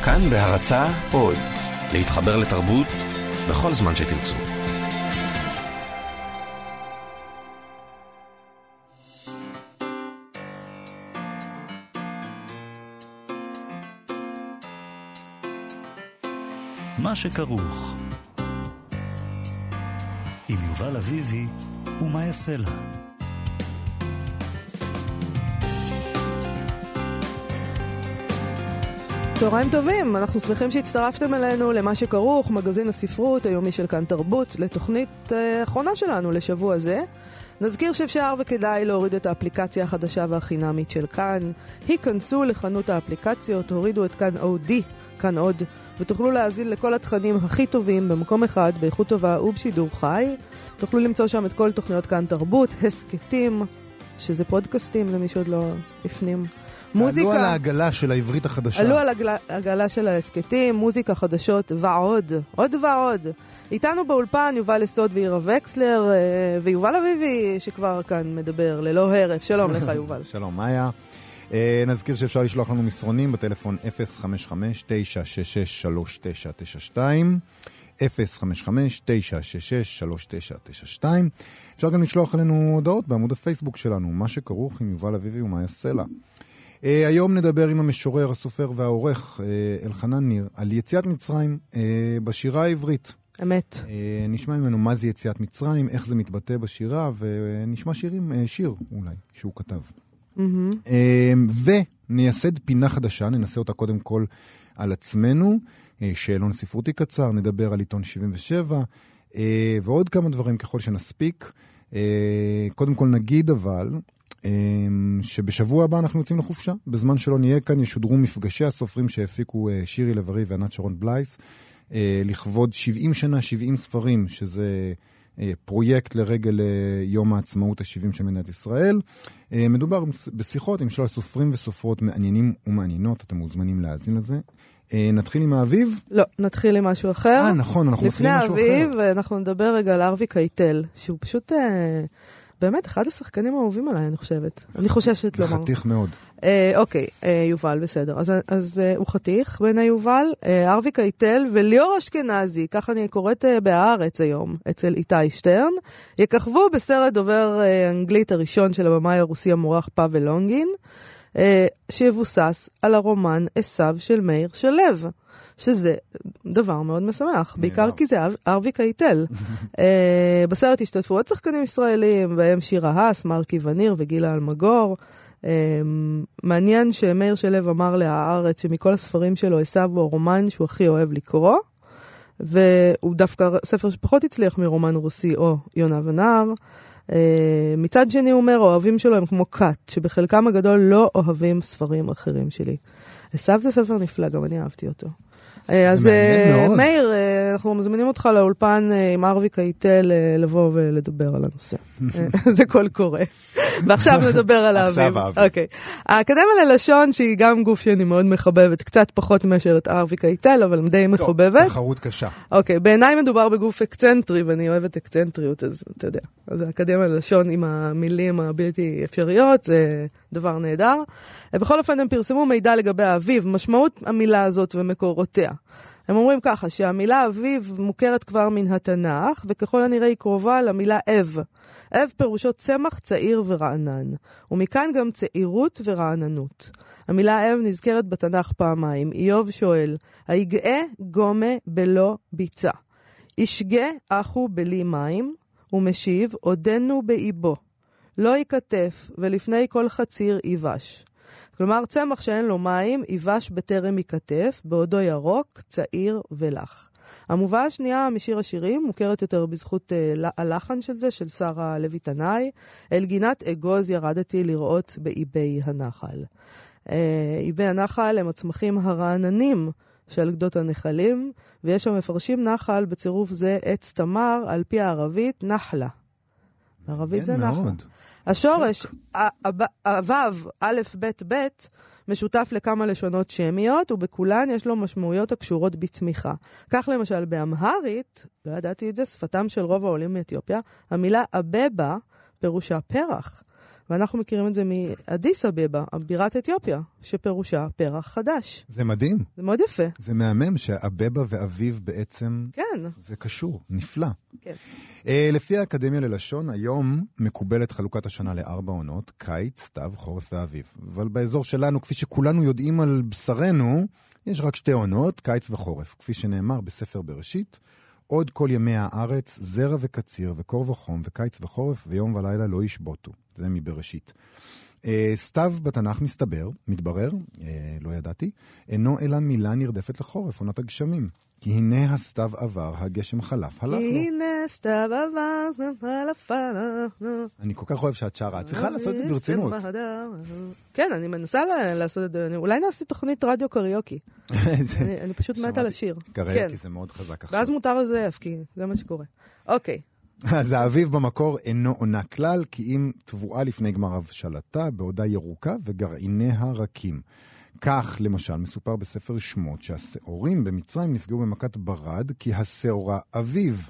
כאן בהרצאה עוד, להתחבר לתרבות בכל זמן שתרצו. מה שכרוך עם יובל אביבי ומה יעשה לה. צהריים טובים, אנחנו שמחים שהצטרפתם אלינו למה שכרוך, מגזין הספרות היומי של כאן תרבות, לתוכנית האחרונה שלנו לשבוע זה. נזכיר שאפשר וכדאי להוריד את האפליקציה החדשה והחינמית של כאן. היכנסו לחנות האפליקציות, הורידו את כאן אודי, כאן עוד, ותוכלו להאזין לכל התכנים הכי טובים במקום אחד, באיכות טובה ובשידור חי. תוכלו למצוא שם את כל תוכניות כאן תרבות, הסקטים, שזה פודקאסטים למי שעוד לא הפנים. עלו על העגלה של העברית החדשה. עלו על העגלה של ההסקטים, מוזיקה, חדשות ועוד, עוד ועוד. איתנו באולפן יובל יסוד ואירה וקסלר, ויובל אביבי שכבר כאן מדבר ללא הרף. שלום לך יובל. שלום מאיה. נזכיר שאפשר לשלוח לנו מסרונים בטלפון 055-966-3992 055-966-3992. אפשר גם לשלוח אלינו הודעות בעמוד הפייסבוק שלנו, מה שכרוך עם יובל אביבי ומה יעשה לה. היום נדבר עם המשורר, הסופר והעורך אלחנן ניר על יציאת מצרים בשירה העברית. אמת. נשמע ממנו מה זה יציאת מצרים, איך זה מתבטא בשירה, ונשמע שיר אולי שהוא כתב. ונייסד פינה חדשה, ננסה אותה קודם כל על עצמנו, שאלון ספרותי קצר, נדבר על עיתון 77, ועוד כמה דברים ככל שנספיק. קודם כל נגיד אבל, שבשבוע הבא אנחנו יוצאים לחופשה. בזמן שלא נהיה כאן ישודרו מפגשי הסופרים שהפיקו שירי לב-ארי וענת שרון בלייס, לכבוד 70 שנה, 70 ספרים, שזה פרויקט לרגל יום העצמאות ה-70 של מדינת ישראל. מדובר בשיחות עם שלוש סופרים וסופרות מעניינים ומעניינות, אתם מוזמנים להאזין לזה. נתחיל עם האביב? לא, נתחיל עם משהו אחר. נכון, אנחנו מתחילים עם משהו אחר. לפני האביב, אנחנו נדבר רגע על ארווי קייטל, שהוא פשוט באמת אחד השחקנים האהובים עליי, אני חושבת. אני חוששת לומר. זה חתיך מאוד. אוקיי, יובל, בסדר. אז הוא חתיך בין היובל, ארווי קייטל וליאור אשכנזי, ככה אני קוראת בהארץ היום, אצל איתי שטרן, יככבו בסרט דובר אנגלית הראשון של הבמאי הרוסי המורח פאבל לונגין, שיבוסס על הרומן עשיו של מאיר שלו, שזה דבר מאוד משמח, בעיקר כי זה ארווי קייטל. בסרט השתתפו עוד שחקנים ישראלים, בהם שירה האס, מרקי וניר וגילה אלמגור. מעניין שמאיר שלו אמר להארץ שמכל הספרים שלו עשיו הוא הרומן שהוא הכי אוהב לקרוא, והוא דווקא ספר שפחות הצליח מרומן רוסי או יונה ונער. מצד שני הוא אומר, אוהבים שלו הם כמו קאט, שבחלקם הגדול לא אוהבים ספרים אחרים שלי. עשיו זה ספר נפלא, גם אני אהבתי אותו. אז מאיר, אנחנו מזמינים אותך לאולפן עם ארווי קייטל לבוא ולדבר על הנושא. זה כל קורה. ועכשיו נדבר על האביב. אוקיי. האקדמיה ללשון, שהיא גם גוף שאני מאוד מחבבת, קצת פחות מאשר את ארווי קייטל, אבל די מחובבת. תחרות קשה. אוקיי, בעיניי מדובר בגוף אקצנטרי, ואני אוהבת אקצנטריות, אז אתה יודע. אז האקדמיה ללשון עם המילים הבלתי אפשריות, זה דבר נהדר. בכל אופן הם פרסמו מידע לגבי האביב, משמעות המילה הזאת ומקורותיה. הם אומרים ככה, שהמילה אביב מוכרת כבר מן התנ"ך, וככל הנראה היא קרובה למילה אב. אב פירושו צמח צעיר ורענן, ומכאן גם צעירות ורעננות. המילה אב נזכרת בתנ"ך פעמיים. איוב שואל, היגעה גומה בלא ביצה. ישגה אחו בלי מים, ומשיב, עודנו באיבו. לא יקטף, ולפני כל חציר יבש. כלומר, צמח שאין לו מים, יבש בטרם יקטף, בעודו ירוק, צעיר ולח. המובאה השנייה משיר השירים, מוכרת יותר בזכות הלחן של זה, של שרה לוי תנאי, אל גינת אגוז ירדתי לראות באיבי הנחל. איבי הנחל הם הצמחים הרעננים של גדות הנחלים, ויש שם מפרשים נחל בצירוף זה עץ תמר, על פי הערבית נחלה. הערבית זה נחלה. השורש, אבב, א' ב' ב', משותף לכמה לשונות שמיות, ובכולן יש לו משמעויות הקשורות בצמיחה. כך למשל באמהרית, לא ידעתי את זה, שפתם של רוב העולים מאתיופיה, המילה אבבה פירושה פרח, ואנחנו מכירים את זה מאדיס אבבה, בירת אתיופיה, שפירושה פרח חדש. זה מדהים. זה מאוד יפה. זה מהמם שאבבה ואביב בעצם... כן. זה קשור, נפלא. כן. לפי האקדמיה ללשון, היום מקובלת חלוקת השנה ל4 עונות, קיץ, סתיו, חורף ואביב. אבל באזור שלנו, כפי שכולנו יודעים על בשרנו, יש רק 2 עונות, קיץ וחורף. כפי שנאמר בספר בראשית, עוד כל ימי הארץ, זרע וקציר, וקור וחום, וקיץ וחורף, ויום ולילה לא ישבותו. זה מבראשית. סתיו בתנ"ך מתברר, לא ידעתי, אינו אלא מילה נרדפת לחורף, עונת הגשמים. כי הנה הסתיו עבר, הגשם חלף, הלך לו. כי הנה סתיו עבר, חלף. אני כל כך אוהב שאת שרה, את צריכה לעשות את זה ברצינות. כן, אני מנסה לעשות את זה. אולי נעשה תוכנית רדיו קריוקי. אני פשוט מתה לשיר. קריוקי זה מאוד חזק עכשיו. ואז מותר לזייף, כי זה מה שקורה. אוקיי. אז האביב במקור אינו עונה כלל, כי אם תבואה לפני גמר הבשלתה, בעודה ירוקה וגרעיניה רכים. כך, למשל, מסופר בספר שמות שהשעורים במצרים נפגעו במכת ברד, כי השעורה אביב.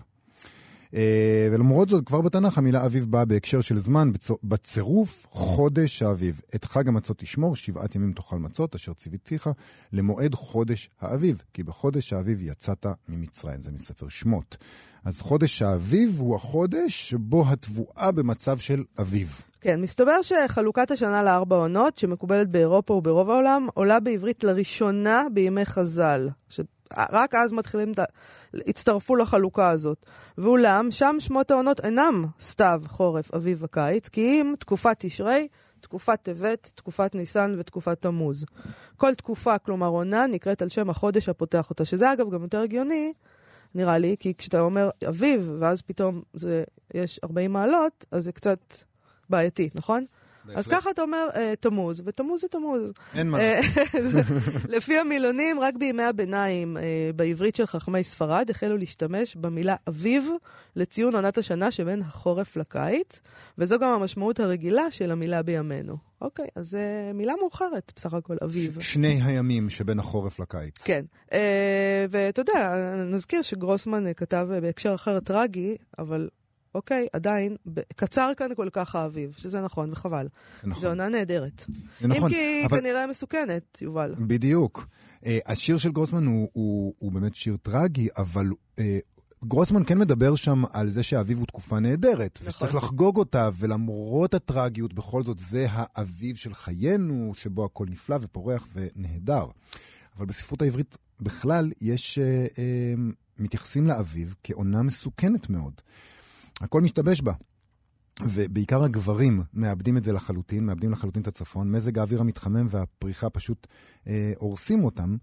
ולמרות זאת, כבר בתנ"ך המילה אביב באה בהקשר של זמן, בצירוף חודש האביב. את חג המצות תשמור, 7 ימים תאכל מצות, אשר ציוויתיך, למועד חודש האביב. כי בחודש האביב יצאת ממצרים, זה מספר שמות. אז חודש האביב הוא החודש שבו התבואה במצב של אביב. כן, מסתבר שחלוקת השנה ל4 עונות, שמקובלת באירופה וברוב העולם, עולה בעברית לראשונה בימי חז"ל. רק אז הצטרפו לחלוקה הזאת. ואולם, שם שמות העונות אינם סתיו, חורף, אביב וקיץ, כי אם תקופת תשרי, תקופת טבת, תקופת ניסן ותקופת תמוז. כל תקופה, כלומר עונה, נקראת על שם החודש הפותח אותה, שזה אגב גם יותר הגיוני, נראה לי, כי כשאתה אומר אביב, ואז פתאום יש 40 מעלות, אז זה קצת בעייתי, נכון? אז ככה אתה אומר תמוז, ותמוז זה תמוז. אין מה. לפי המילונים, רק בימי הביניים בעברית של חכמי ספרד, החלו להשתמש במילה אביב לציון עונת השנה שבין החורף לקיץ, וזו גם המשמעות הרגילה של המילה בימינו. אוקיי, אז זה מילה מאוחרת, בסך הכל אביב. 2 הימים שבין החורף לקיץ. כן, ואתה יודע, נזכיר שגרוסמן כתב בהקשר אחר טרגי, אבל... אוקיי, עדיין, קצר כאן כל כך האביב, שזה נכון וחבל. נכון. זו עונה נהדרת. נכון. אם כי אבל... כנראה מסוכנת, יובל. בדיוק. השיר של גרוסמן הוא באמת שיר טרגי, אבל גרוסמן כן מדבר שם על זה שהאביב הוא תקופה נהדרת, נכון. וצריך לחגוג אותה, ולמרות הטרגיות, בכל זאת זה האביב של חיינו, שבו הכל נפלא ופורח ונהדר. אבל בספרות העברית בכלל יש מתייחסים לאביב כעונה מסוכנת מאוד. הכל משתבש בה, ובעיקר הגברים מאבדים את זה לחלוטין, מאבדים לחלוטין את הצפון, מזג האוויר המתחמם והפריחה פשוט הורסים אותם.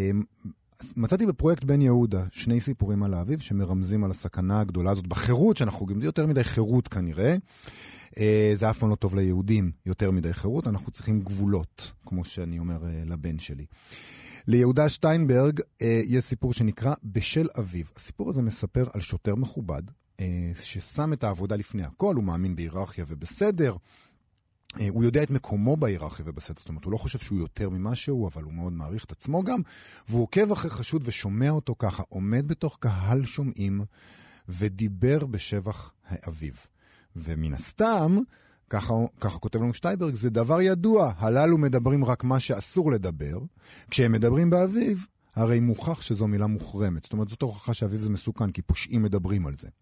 מצאתי בפרויקט בן יהודה 2 סיפורים על האביב שמרמזים על הסכנה הגדולה הזאת בחירות, שאנחנו גם יותר מדי חירות כנראה. זה אף פעם לא טוב ליהודים יותר מדי חירות, אנחנו צריכים גבולות, כמו שאני אומר לבן שלי. ליהודה שטיינברג יש סיפור שנקרא בשל אביב. הסיפור הזה מספר על שוטר מכובד, ששם את העבודה לפני הכל, הוא מאמין בהיררכיה ובסדר, הוא יודע את מקומו בהיררכיה ובסדר, זאת אומרת, הוא לא חושב שהוא יותר ממשהו, אבל הוא מאוד מעריך את עצמו גם, והוא עוקב אחרי חשוד ושומע אותו ככה, עומד בתוך קהל שומעים, ודיבר בשבח האביב. ומן הסתם, ככה כותב לנו שטיינברג, זה דבר ידוע, הללו מדברים רק מה שאסור לדבר, כשהם מדברים באביב, הרי מוכח שזו מילה מוחרמת, זאת אומרת, זאת הוכחה שאביב זה מסוכן, כי פושעים מדברים על זה.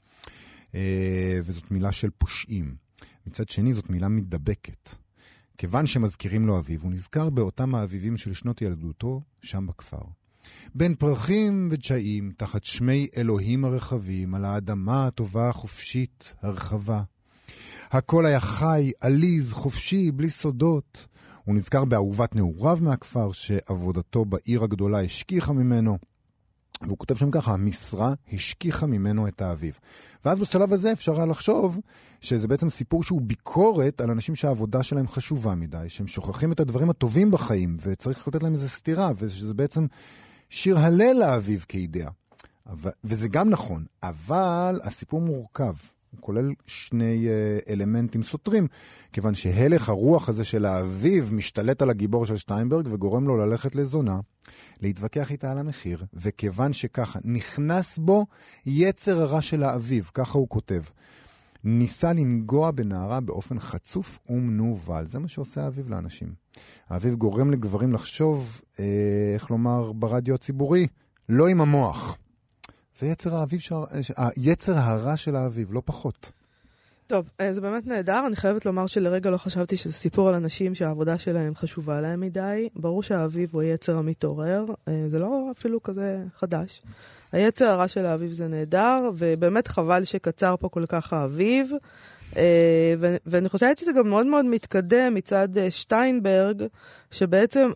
וזאת מילה של פושעים. מצד שני, זאת מילה מתדבקת. כיוון שמזכירים לו אביב, הוא נזכר באותם האביבים של שנות ילדותו, שם בכפר. בין פרחים ודשאים, תחת שמי אלוהים הרחבים, על האדמה הטובה החופשית הרחבה. הכל היה חי, עליז, חופשי, בלי סודות. הוא נזכר באהובת נעוריו מהכפר, שעבודתו בעיר הגדולה השכיחה ממנו. והוא כותב שם ככה, המשרה השכיחה ממנו את האביב. ואז בשלב הזה אפשר לחשוב שזה בעצם סיפור שהוא ביקורת על אנשים שהעבודה שלהם חשובה מדי, שהם שוכחים את הדברים הטובים בחיים, וצריך לתת להם איזו סתירה, ושזה בעצם שיר הלל לאביב כאידאה. וזה גם נכון, אבל הסיפור מורכב. הוא כולל 2 אלמנטים סותרים, כיוון שהלך הרוח הזה של האביב משתלט על הגיבור של שטיינברג וגורם לו ללכת לזונה, להתווכח איתה על המחיר, וכיוון שככה נכנס בו יצר הרע של האביב, ככה הוא כותב. ניסה לנגוע בנערה באופן חצוף ומנוול. זה מה שעושה האביב לאנשים. האביב גורם לגברים לחשוב, איך לומר, ברדיו הציבורי, לא עם המוח. זה יצר הרע של האביב, לא פחות. טוב, זה באמת נהדר. אני חייבת לומר שלרגע לא חשבתי שזה סיפור על אנשים שהעבודה שלהם חשובה להם מדי. ברור שהאביב הוא היצר המתעורר. זה לא אפילו כזה חדש. היצר הרע של האביב זה נהדר, ובאמת חבל שקצר פה כל כך האביב. ואני חושבת שזה גם מאוד מאוד מתקדם מצד שטיינברג, שבעצם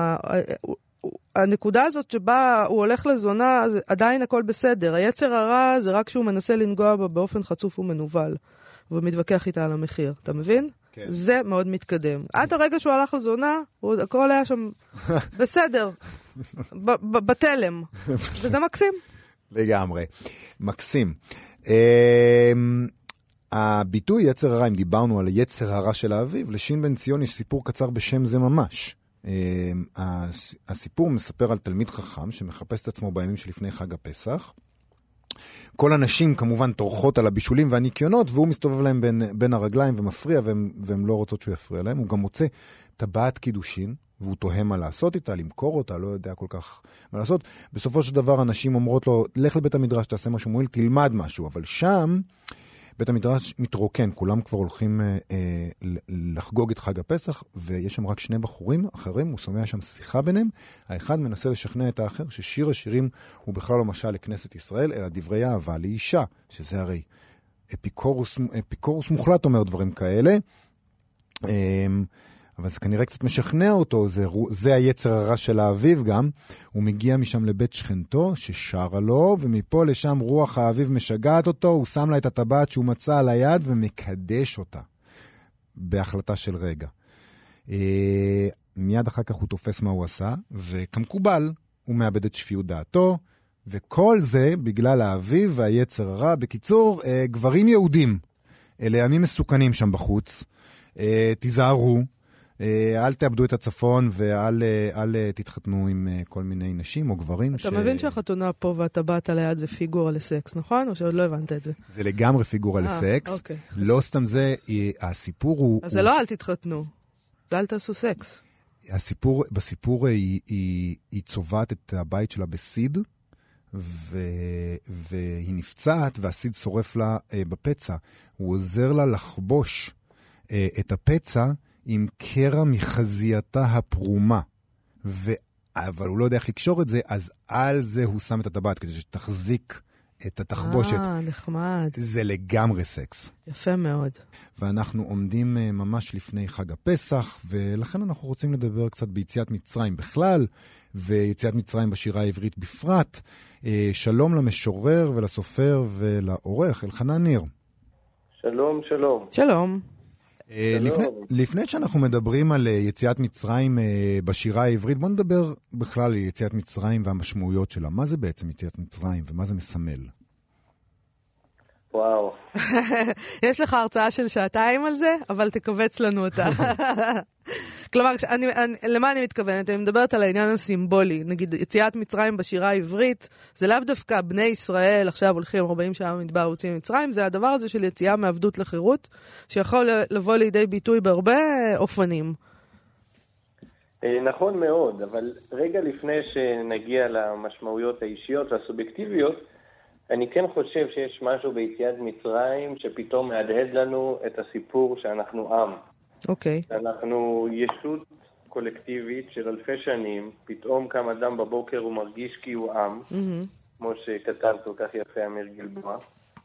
הנקודה הזאת שבה הוא הולך לזונה, עדיין הכל בסדר. היצר הרע זה רק שהוא מנסה לנגוע בה באופן חצוף ומנוול. ומתווכח איתה על המחיר, אתה מבין? כן. זה מאוד מתקדם. עד הרגע שהוא הלך לזונה, הכל היה שם בסדר, בתלם. וזה מקסים. לגמרי. מקסים. הביטוי יצר הרע, אם דיברנו על יצר הרע של האביב, לשין בן ציון יש סיפור קצר בשם זה ממש. הסיפור מספר על תלמיד חכם שמחפש את עצמו בימים שלפני חג הפסח. כל הנשים כמובן תורכות על הבישולים והניקיונות, והוא מסתובב להם בין הרגליים ומפריע, והם לא רוצות שהוא יפריע להם. הוא גם מוצא טבעת קידושין, והוא תוהה מה לעשות איתה, למכור אותה, לא יודע כל כך מה לעשות. בסופו של דבר הנשים אומרות לו, לך לבית המדרש, תעשה משהו מועיל, תלמד משהו. אבל שם בית המדרש מתרוקן, כולם כבר הולכים לחגוג את חג הפסח, ויש שם רק שני בחורים אחרים, הוא שומע שם שיחה ביניהם, האחד מנסה לשכנע את האחר, ששיר השירים הוא בכלל לא משל לכנסת ישראל, אלא דברי אהבה לאישה, שזה הרי אפיקורוס מוחלט אומר דברים כאלה, אבל זה כנראה קצת משכנע אותו, זה היצר הרע של האביב גם, הוא מגיע משם לבית שכנתו ששרה לו, ומפה לשם רוח האביב משגעת אותו, הוא שם לה את הטבעת שהוא מצא על היד ומקדש אותה, בהחלטה של רגע. מיד אחר כך הוא תופס מה הוא עשה, וכמקובל הוא מאבד את שפיות דעתו, וכל זה בגלל האביב והיצר הרע. בקיצור, גברים יהודים, אלה ימים מסוכנים שם בחוץ, תיזהרו, אל תאבדו את הצפון ואל תתחתנו עם כל מיני נשים או גברים. אתה מבין שהחתונה פה והטבעת על היד זה פיגורה לסקס, נכון? או שעוד לא הבנת את זה? זה לגמרי פיגורה לסקס. אוקיי. לא סתם זה, הסיפור הוא... אז זה לא אל תתחתנו, זה אל תעשו סקס. בסיפור היא צובעת את הבית שלה בסיד, והיא נפצעת והסיד שורף לה בפצע. הוא עוזר לה לחבוש את הפצע עם קרע מחזייתה הפרומה, אבל הוא לא יודע איך לקשור את זה, אז על זה הוא שם את הטבעת, כדי שתחזיק את התחבושת. נחמד. זה לגמרי סקס. יפה מאוד. ואנחנו עומדים ממש לפני חג הפסח, ולכן אנחנו רוצים לדבר קצת ביציאת מצרים בכלל, ויציאת מצרים בשירה העברית בפרט. שלום למשורר ולסופר ולעורך, אלחנן ניר. שלום, שלום. שלום. לפני שאנחנו מדברים על יציאת מצרים בשירה העברית, בוא נדבר בכלל על יציאת מצרים והמשמעויות שלה. מה זה בעצם יציאת מצרים ומה זה מסמל? וואו. יש לך הרצאה של 2 על זה, אבל תקבץ לנו אותה. כלומר, למה אני מתכוונת? אני מדברת על העניין הסימבולי. נגיד, יציאת מצרים בשירה העברית, זה לאו דווקא בני ישראל, עכשיו הולכים 40 שעה במדבר ויוצאים ממצרים, זה הדבר הזה של יציאה מעבדות לחירות, שיכול לבוא לידי ביטוי בהרבה אופנים. נכון מאוד, אבל רגע לפני שנגיע למשמעויות האישיות והסובייקטיביות, אני כן חושב שיש משהו ביציאת מצרים שפתאום מהדהד לנו את הסיפור שאנחנו עם. אוקיי. אנחנו ישות קולקטיבית של אלפי שנים, פתאום קם אדם בבוקר הוא מרגיש כי הוא עם, כמו שכתב כל כך יפה אמיר גלבוע.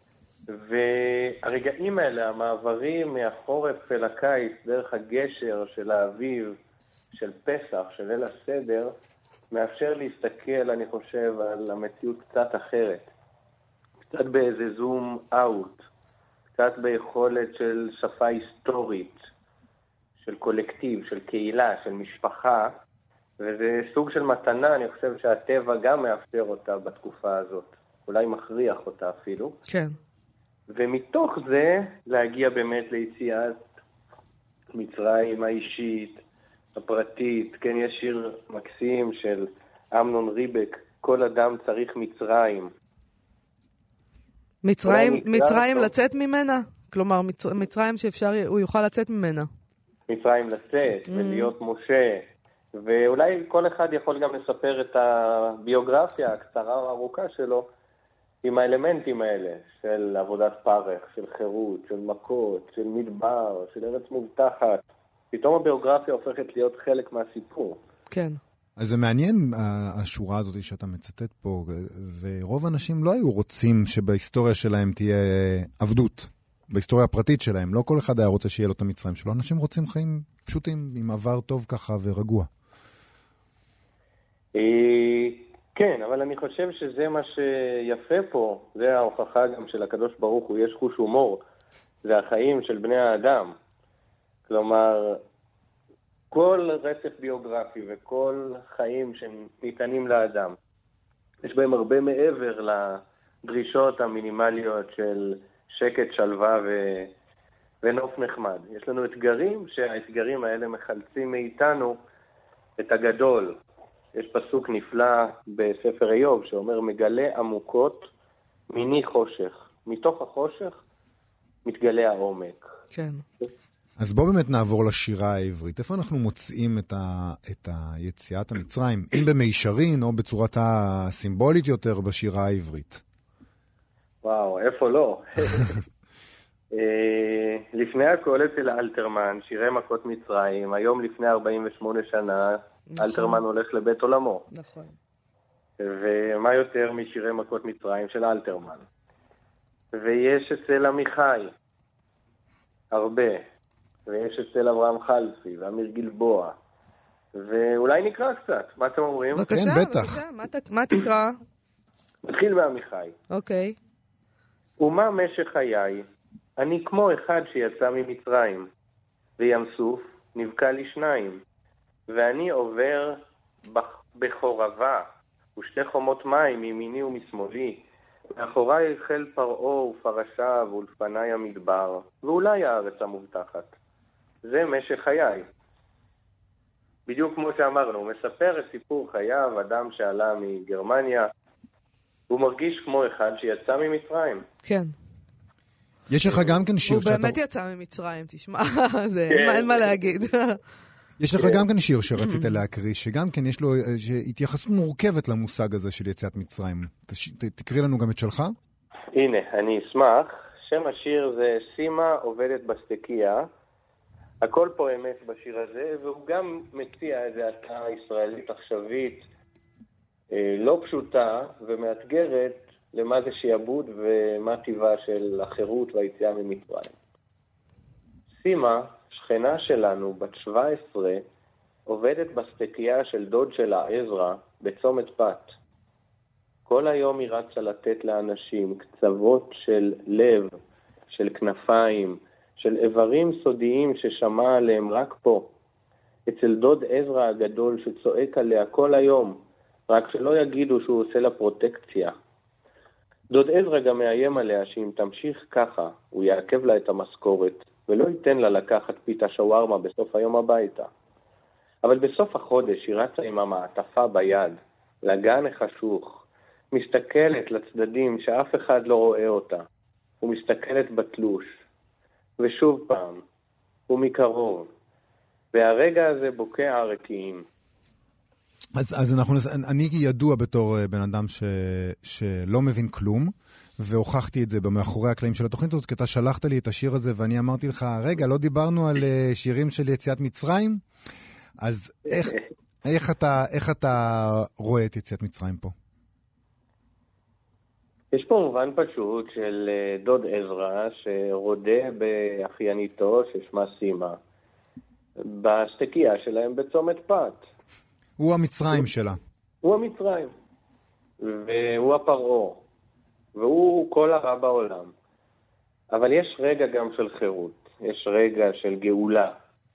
והרגעים האלה, המעברים מהחורף אל הקיץ, דרך הגשר של האביב, של פסח, של ליל הסדר, מאפשר להסתכל, אני חושב, על המציאות קצת אחרת. קצת באיזה זום אאוט, קצת ביכולת של שפה היסטורית, של קולקטיב, של קהילה, של משפחה, וזה סוג של מתנה, אני חושב שהטבע גם מאפשר אותה בתקופה הזאת, אולי מכריח אותה אפילו. כן. ומתוך זה להגיע באמת ליציאת מצרים האישית, הפרטית. כן, יש שיר מקסים של אמנון ריבק, כל אדם צריך מצרים. מצרים לצאת ממנה? כלומר, מצרים הוא יוכל לצאת ממנה. מצרים לצאת ולהיות משה, ואולי כל אחד יכול גם לספר את הביוגרפיה הקצרה או הארוכה שלו, עם האלמנטים האלה, של עבודת פרך, של חירות, של מכות, של מדבר, של ארץ מובטחת. פתאום הביוגרפיה הופכת להיות חלק מהסיפור. כן. אז זה מעניין, השורה הזאת שאתה מצטט פה, ורוב האנשים לא היו רוצים שבהיסטוריה שלהם תהיה עבדות, בהיסטוריה הפרטית שלהם. לא כל אחד היה רוצה שיהיה לו את המצרים שלו. אנשים רוצים חיים פשוטים, עם עבר טוב ככה ורגוע. כן, אבל אני חושב שזה מה שיפה פה, זה ההוכחה גם של הקדוש ברוך הוא, יש חוש הומור, זה החיים של בני האדם. כלומר, כל רצף ביוגרפי וכל חיים שניתנים לאדם, יש בהם הרבה מעבר לדרישות המינימליות של שקט, שלווה ונוף נחמד. יש לנו אתגרים שהאתגרים האלה מחלצים מאיתנו את הגדול. יש פסוק נפלא בספר איוב שאומר, מגלה עמוקות מיני חושך. מתוך החושך מתגלה העומק. כן. אז בואו באמת נעבור לשירה העברית. איפה אנחנו מוצאים את היציאת המצרים? אם במישרין או בצורתה הסימבולית יותר בשירה העברית? וואו, איפה לא? לפני הכל אצל אלתרמן, שירי מכות מצרים, היום לפני 48 שנה, נכון. אלתרמן הולך לבית עולמו. נכון. ומה יותר משירי מכות מצרים של אלתרמן? ויש אצל עמיחי, הרבה. ויש אצל אברהם חלפי, ואמיר גלבוע. ואולי נקרא קצת, מה אתם אומרים? בבקשה, כן, בטח. מה תקרא? נתחיל מעמיחי. אוקיי. ומה משך חיי? אני כמו אחד שיצא ממצרים, ים סוף נבקע לי שניים, ואני עובר בחורבה, ושתי חומות מים מימיני ומשמאלי, מאחוריי חיל פרעה ופרשיו ולפניי המדבר, ואולי הארץ המובטחת. זה משך חיי. בדיוק כמו שאמרנו, הוא מספר את סיפור חייו, אדם שעלה מגרמניה, הוא מרגיש כמו אחד שיצא ממצרים. כן. יש לך גם כן שיר הוא באמת יצא ממצרים, תשמע, אין מה להגיד. יש לך גם כן שיר שרצית להקריא, שגם כן יש לו התייחסות מורכבת למושג הזה של יציאת מצרים. תקריא לנו גם את שלך? הנה, אני אשמח. שם השיר זה סימה עובדת בסטקיה. הכל פה אמת בשיר הזה, והוא גם מציע איזו הצעה ישראלית עכשווית לא פשוטה ומאתגרת למה זה שיעבוד ומה טבעה של החירות והיציאה ממצרים. סימה, שכנה שלנו, בת 17, עובדת בסטקיה של דוד שלה, עזרא, בצומת פת. כל היום היא רצה לתת לאנשים קצוות של לב, של כנפיים, של איברים סודיים ששמע עליהם רק פה. אצל דוד עזרא הגדול שצועק עליה כל היום, רק שלא יגידו שהוא עושה לה פרוטקציה. דוד עזרא גם מאיים עליה שאם תמשיך ככה, הוא יעכב לה את המשכורת, ולא ייתן לה לקחת פיתה שווארמה בסוף היום הביתה. אבל בסוף החודש היא רצה עם המעטפה ביד, לגן החשוך, מסתכלת לצדדים שאף אחד לא רואה אותה, ומסתכלת בתלוש, ושוב פעם, ומקרוב, והרגע הזה בוקע הרקיעים. אז אני ידוע בתור בן אדם שלא מבין כלום, והוכחתי את זה במאחורי הקלעים של התוכנית הזאת, כי אתה שלחת לי את השיר הזה, ואני אמרתי לך, רגע, לא דיברנו על שירים של יציאת מצרים? אז איך אתה רואה את יציאת מצרים פה? יש פה מובן פשוט של דוד עזרא, שרודה באחייניתו, ששמה סימה, בסטקיה שלהם בצומת פת. הוא המצרים שלה. הוא המצרים. והוא הפרעה. והוא כל הרע בעולם. אבל יש רגע גם של חירות. יש רגע של גאולה.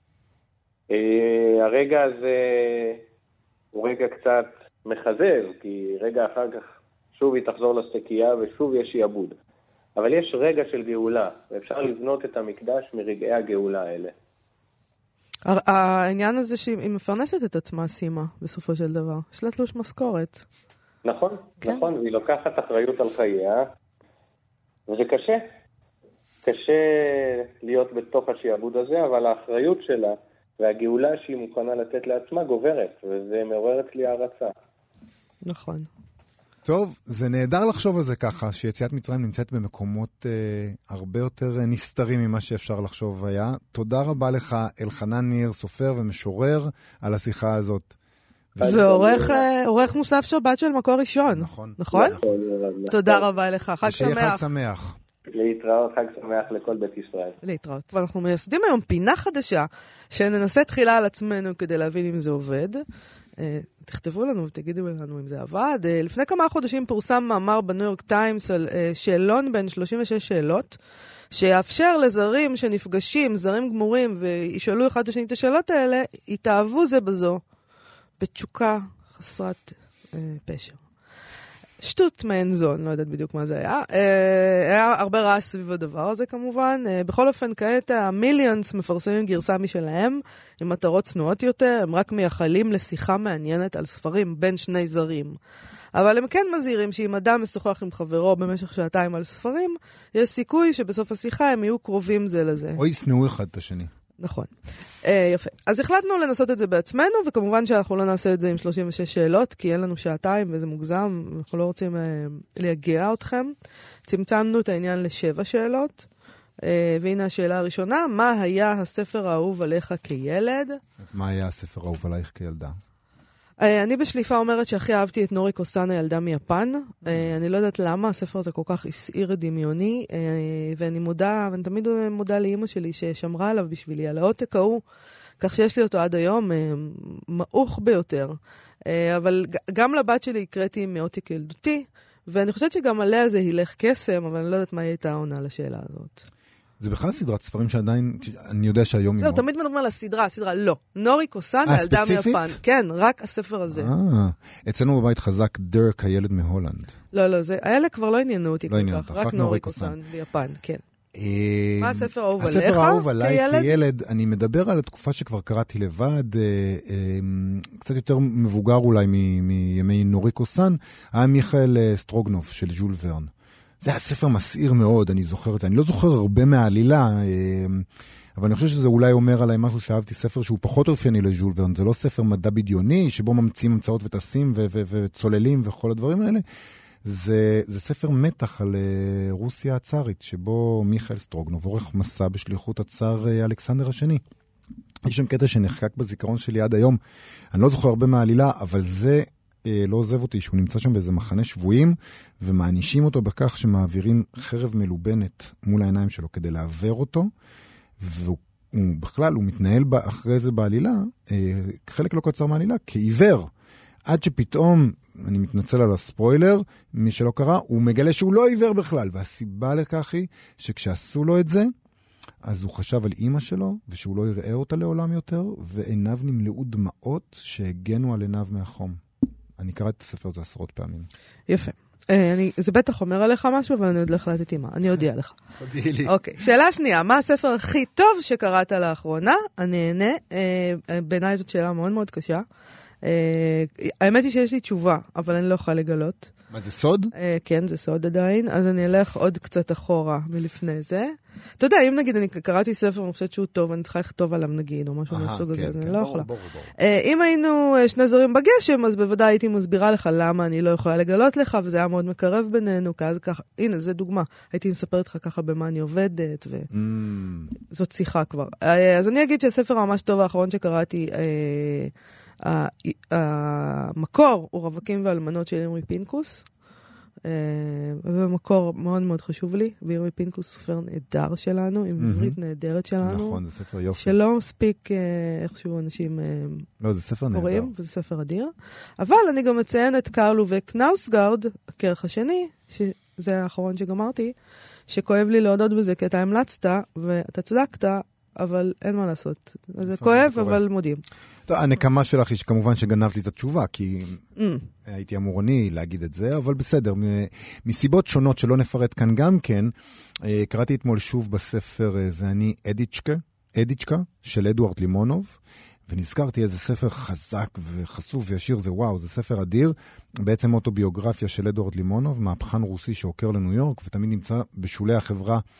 הרגע הזה הוא רגע קצת מחזב, כי רגע אחר כך שוב היא תחזור לסטקיה ושוב יש יעבוד. אבל יש רגע של גאולה, ואפשר לבנות את המקדש מרגעי הגאולה האלה. העניין הזה שהיא מפרנסת את עצמה, סימה, בסופו של דבר. יש לה תלוש משכורת. נכון, כן. נכון, והיא לוקחת אחריות על חייה, וזה קשה. קשה להיות בתוך השיעבוד הזה, אבל האחריות שלה והגאולה שהיא מוכנה לתת לעצמה גוברת, וזה מעורר אצלי הערצה. נכון. טוב, זה נהדר לחשוב על זה ככה, שיציאת מצרים נמצאת במקומות הרבה יותר נסתרים ממה שאפשר לחשוב היה. תודה רבה לך, אלחנן ניר, סופר ומשורר, על השיחה הזאת. ועורך מוסף שבת של מקור ראשון. נכון. נכון? תודה רבה לך, חג שיהיה שמח. חג שמח. להתראות, חג שמח לכל בית ישראל. להתראות. ואנחנו מייסדים היום פינה חדשה, שננסה תחילה על עצמנו כדי להבין אם זה עובד. תכתבו לנו ותגידו לנו אם זה עבד. לפני כמה חודשים פורסם מאמר בניו יורק טיימס על שאלון בין 36 שאלות, שיאפשר לזרים שנפגשים, זרים גמורים, וישאלו אחד את השני את השאלות האלה, יתאהבו זה בזו, בתשוקה חסרת פשר. שטות מעין זון, לא יודעת בדיוק מה זה היה. היה הרבה רעש סביב הדבר הזה כמובן. בכל אופן, כעת המיליונס מפרסמים גרסה משלהם, עם מטרות צנועות יותר, הם רק מייחלים לשיחה מעניינת על ספרים בין שני זרים. אבל הם כן מזהירים שאם אדם משוחח עם חברו במשך שעתיים על ספרים, יש סיכוי שבסוף השיחה הם יהיו קרובים זה לזה. או יסנאו אחד את השני. נכון. יפה. אז החלטנו לנסות את זה בעצמנו, וכמובן שאנחנו לא נעשה את זה עם 36 שאלות, כי אין לנו שעתיים וזה מוגזם, אנחנו לא רוצים להגיע אתכם. צמצמנו את העניין ל7 שאלות, והנה השאלה הראשונה, מה היה הספר האהוב עליך כילד? אז מה היה הספר האהוב עלייך כילדה? אני בשליפה אומרת שהכי אהבתי את נוריקו סאן, הילדה מיפן. אני לא יודעת למה הספר הזה כל כך הסעיר דמיוני, ואני תמיד מודה לאמא שלי ששמרה עליו בשבילי, על העותק ההוא, כך שיש לי אותו עד היום, מעוך ביותר. אבל גם לבת שלי הקראתי מעותק ילדותי, ואני חושבת שגם עליה זה הילך קסם, אבל אני לא יודעת מה הייתה העונה לשאלה הזאת. זה בכלל סדרת ספרים שעדיין, אני יודע שהיום... זהו, תמיד מדברים על הסדרה לא. נוריקו סאן, הילדה מיפן. כן, רק הספר הזה. אצלנו בבית חזק דרק, הילד מהולנד. לא, האלה כבר לא עניינו אותי כל כך, רק נוריקו סאן ביפן, כן. מה הספר האהוב עליך כילד? הספר האהוב עליי כילד, אני מדבר על התקופה שכבר קראתי לבד, קצת יותר מבוגר אולי מימי נוריקו סאן, היה מיכאל סטרוגנוב של ז'ול ורן. זה היה ספר מסעיר מאוד, אני זוכר את זה. אני לא זוכר הרבה מהעלילה, אבל אני חושב שזה אולי אומר עליי משהו שאהבתי, ספר שהוא פחות אופייני לז'ול ורן. זה לא ספר מדע בדיוני, שבו ממציאים המצאות וטסים וצוללים וכל הדברים האלה. זה ספר מתח על רוסיה הצארית, שבו מיכאל סטרוגנוב עורך מסע בשליחות הצאר אלכסנדר השני. יש שם קטע שנחקק בזיכרון שלי עד היום. אני לא זוכר הרבה מהעלילה, אבל זה... לא עוזב אותי, שהוא נמצא שם באיזה מחנה שבויים, ומענישים אותו בכך שמעבירים חרב מלובנת מול העיניים שלו כדי לעבר אותו, והוא בכלל, הוא מתנהל אחרי זה בעלילה, חלק לא קצר מהעלילה, כעיוור, עד שפתאום, אני מתנצל על הספוילר, מי שלא קרא, הוא מגלה שהוא לא עיוור בכלל, והסיבה לכך היא שכשעשו לו את זה, אז הוא חשב על אמא שלו, ושהוא לא יראה אותה לעולם יותר, ועיניו נמלאו דמעות שהגנו על עיניו מהחום. אני קראתי את הספר הזה עשרות פעמים. יפה. זה בטח אומר עליך משהו, אבל אני עוד לא החלטתי מה. אני אודיע לך. תודיעי לי. אוקיי. שאלה שנייה, מה הספר הכי טוב שקראת לאחרונה? אני אענה. בעיניי זאת שאלה מאוד מאוד קשה. האמת היא שיש לי תשובה, אבל אני לא יכולה לגלות. מה, זה סוד? כן, זה סוד עדיין. אז אני אלך עוד קצת אחורה מלפני זה. אתה יודע, אם נגיד אני קראתי ספר, אני חושבת שהוא טוב, אני צריכה לכתוב עליו נגיד, או משהו מהסוג הזה, אז אני לא יכולה. אם היינו שני זרים בגשם, אז בוודאי הייתי מסבירה לך למה אני לא יכולה לגלות לך, וזה היה מאוד מקרב בינינו, כאז ככה, הנה, זה דוגמה. הייתי מספרת לך ככה במה אני עובדת, וזאת שיחה כבר. אז אני אגיד שהספר ממש טוב האחרון שקראתי, המקור הוא רווקים ואלמנות של אמרי פינקוס, ובמקור מאוד מאוד חשוב לי, ואמרי פינקוס סופר נהדר שלנו, עם עברית נהדרת שלנו. נכון, זה ספר יופי. שלא מספיק איכשהו אנשים לא, זה ספר נהדר. קוראים, וזה ספר אדיר. אבל אני גם מציין את קרלו וקנאוסגרד, הכרך השני, שזה האחרון שגמרתי, שכואב לי להודות בזה, כי אתה המלצת, ואתה צדקת, אבל אין מה לעשות. זה כואב, אבל מודים. הנקמה שלך היא שכמובן שגנבתי את התשובה, כי הייתי אמור אני להגיד את זה, אבל בסדר, מסיבות שונות שלא נפרט כאן גם כן, קראתי אתמול שוב בספר, זה אני אדיצ'קה, של אדוארד לימונוב, ונזכרתי איזה ספר חזק וחשוף וישיר, זה וואו, זה ספר אדיר, בעצם אוטוביוגרפיה של אדוארד לימונוב, מהפכן רוסי שעוקר לניו יורק, ותמיד נמצא בשולי החברה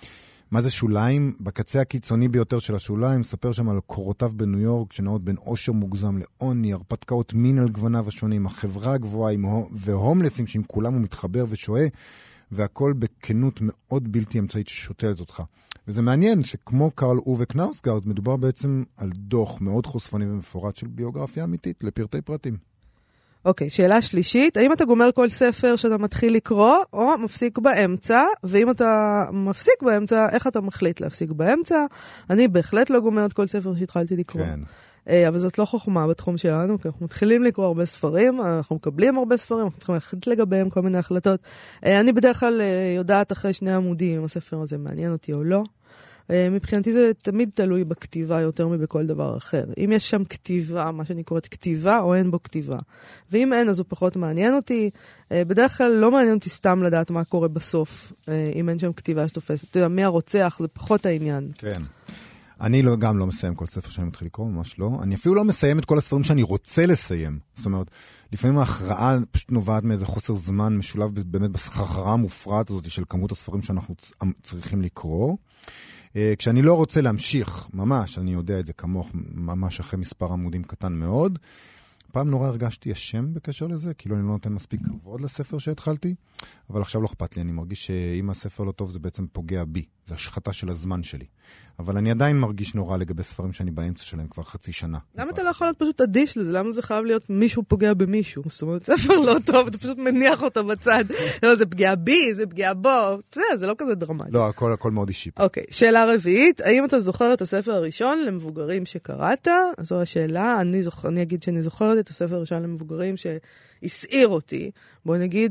מה זה שוליים? בקצה הקיצוני ביותר של השוליים, מספר שם על קורותיו בניו יורק, שנעות בין עושר מוגזם לעוני, הרפתקאות מין על גווניו השונים, החברה הגבוהה וההומלסים שעם כולם הוא מתחבר ושואה, והכל בכנות מאוד בלתי אמצעית ששותלת אותך. וזה מעניין שכמו קרל אובה קנאוסגארד, מדובר בעצם על דוח מאוד חושפני ומפורט של ביוגרפיה אמיתית, לפרטי פרטים. אוקיי, שאלה שלישית, האם אתה גומר כל ספר שאתה מתחיל לקרוא, או מפסיק באמצע, ואם אתה מפסיק באמצע, איך אתה מחליט להפסיק באמצע? אני בהחלט לא גומרת כל ספר שהתחלתי לקרוא. כן. אבל זאת לא חוכמה בתחום שלנו, כי אנחנו מתחילים לקרוא הרבה ספרים, אנחנו מקבלים הרבה ספרים, אנחנו צריכים להחליט לגביהם כל מיני החלטות. אני בדרך כלל יודעת אחרי 2 עמודים אם הספר הזה מעניין אותי או לא. מבחינתי זה תמיד תלוי בכתיבה יותר מבכל דבר אחר. אם יש שם כתיבה, מה שאני קוראת כתיבה, או אין בו כתיבה. ואם אין, אז הוא פחות מעניין אותי. בדרך כלל לא מעניין אותי סתם לדעת מה קורה בסוף, אם אין שם כתיבה שתופסת. אתה יודע, מי הרוצח, זה פחות העניין. כן. אני גם לא מסיים כל ספר שאני מתחיל לקרוא, ממש לא. אני אפילו לא מסיים את כל הספרים שאני רוצה לסיים. זאת אומרת, לפעמים ההכרעה פשוט נובעת מאיזה חוסר זמן משולב באמת בסחרחרה המופרעת הזאת של כמות הספרים שאנחנו צריכים לקרוא. כשאני לא רוצה להמשיך, ממש, אני יודע את זה כמוך, ממש אחרי מספר עמודים קטן מאוד, פעם נורא הרגשתי אשם בקשר לזה, כאילו אני לא נותן מספיק כבוד לספר שהתחלתי, אבל עכשיו לא אכפת לי, אני מרגיש שאם הספר לא טוב זה בעצם פוגע בי, זה השחתה של הזמן שלי. אבל אני עדיין מרגיש נורא לגבי ספרים שאני באמצע שלהם כבר חצי שנה. למה אתה לא יכול להיות פשוט אדיש לזה? למה זה חייב להיות מישהו פוגע במישהו? זאת אומרת, ספר לא טוב, אתה פשוט מניח אותו בצד. לא, זה פגיעה בי, זה פגיעה בו. זה לא כזה דרמטי. לא, הכל מאוד אישי. אוקיי, שאלה רביעית, האם אתה זוכר את הספר הראשון למבוגרים שקראת? זו השאלה, אני אגיד שאני זוכרת את הספר הראשון למבוגרים שהסעיר אותי, בוא נגיד,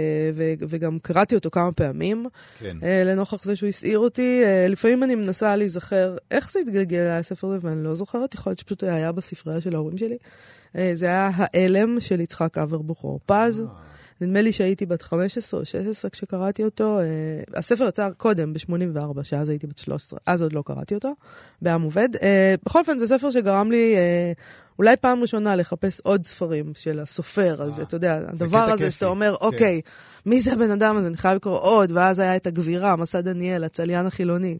וגם קראתי אותו כמה פעמים, כן. לנוכח זה שהוא הסעיר אותי. לפעמים אני מנסה להיזכר איך זה התגלגל הספר הזה, ואני לא זוכרת, יכול להיות שפשוט היה בספרייה של ההורים שלי. זה היה האלם של יצחק אברבוך פז. נדמה לי שהייתי בת 15 או 16 כשקראתי אותו. הספר יצא קודם, ב-84, שאז הייתי בת 13. אז עוד לא קראתי אותו, בעם עובד. בכל אופן, זה ספר שגרם לי אולי פעם ראשונה לחפש עוד ספרים של הסופר הזה. אתה יודע, הדבר הזה שאתה אומר, אוקיי, מי זה הבן אדם הזה? אני חייב לקרוא עוד. ואז היה את הגבירה, מסע דניאל, הצליין החילוני.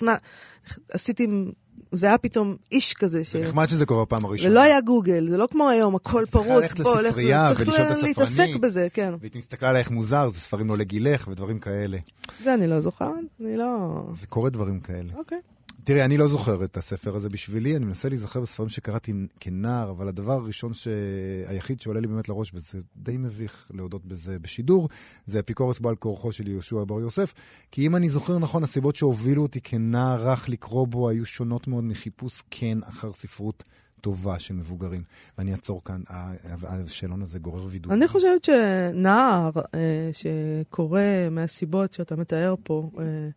עשיתי... זה היה פתאום איש כזה. זה נחמד שזה קורה פעם הראשונה. ולא היה גוגל, זה לא כמו היום, הכל פרוס. צריך ללכת לספרייה ולשאול את הספרנית. להתעסק בזה, כן. והיא מסתכלה עלייך מוזר, זה ספרים לא לגילך ודברים כאלה. זה אני לא זוכר, אני לא... זה קורה דברים כאלה. אוקיי. תראי, אני לא זוכר את הספר הזה בשבילי, אני מנסה להיזכר בספרים שקראתי כנער, אבל הדבר הראשון היחיד שעולה לי באמת לראש, וזה די מביך להודות בזה בשידור, זה אפיקורס בעל כורחו של יהושע בר יוסף, כי אם אני זוכר נכון, הסיבות שהובילו אותי כנער רך לקרוא בו היו שונות מאוד מחיפוש כן אחר ספרות טובה של מבוגרים. ואני אעצור כאן, השאלון הזה גורר וידור. אני חושבת שנער שקורא מהסיבות שאתה מתאר פה,